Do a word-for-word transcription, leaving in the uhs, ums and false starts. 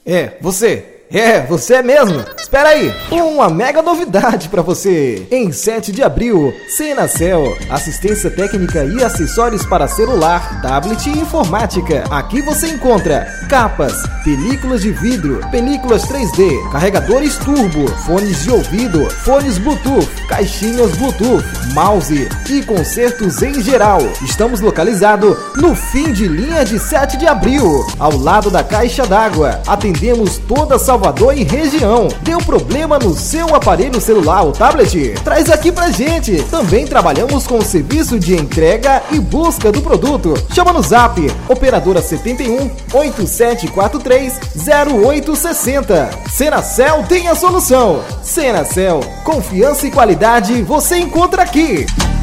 É, você. É, você mesmo. Espera aí, uma mega novidade para você. Em sete de abril, Senacel, assistência técnica e acessórios para celular, tablet e informática. Aqui você encontra capas, películas de vidro, películas três D, carregadores turbo, fones de ouvido, fones Bluetooth, caixinhas Bluetooth, mouse e consertos em geral. Estamos localizados no fim de linha de sete de abril, ao lado da Caixa d'Água. Atendemos toda Salvador e região. Deu problema no seu aparelho celular ou tablet? Traz aqui pra gente. Também trabalhamos com o serviço de entrega e busca do produto. Chama no zap, operadora setenta e um, oitenta e sete quarenta e três, zero oito sessenta. Senacel tem a solução. Senacel, confiança e qualidade você encontra aqui.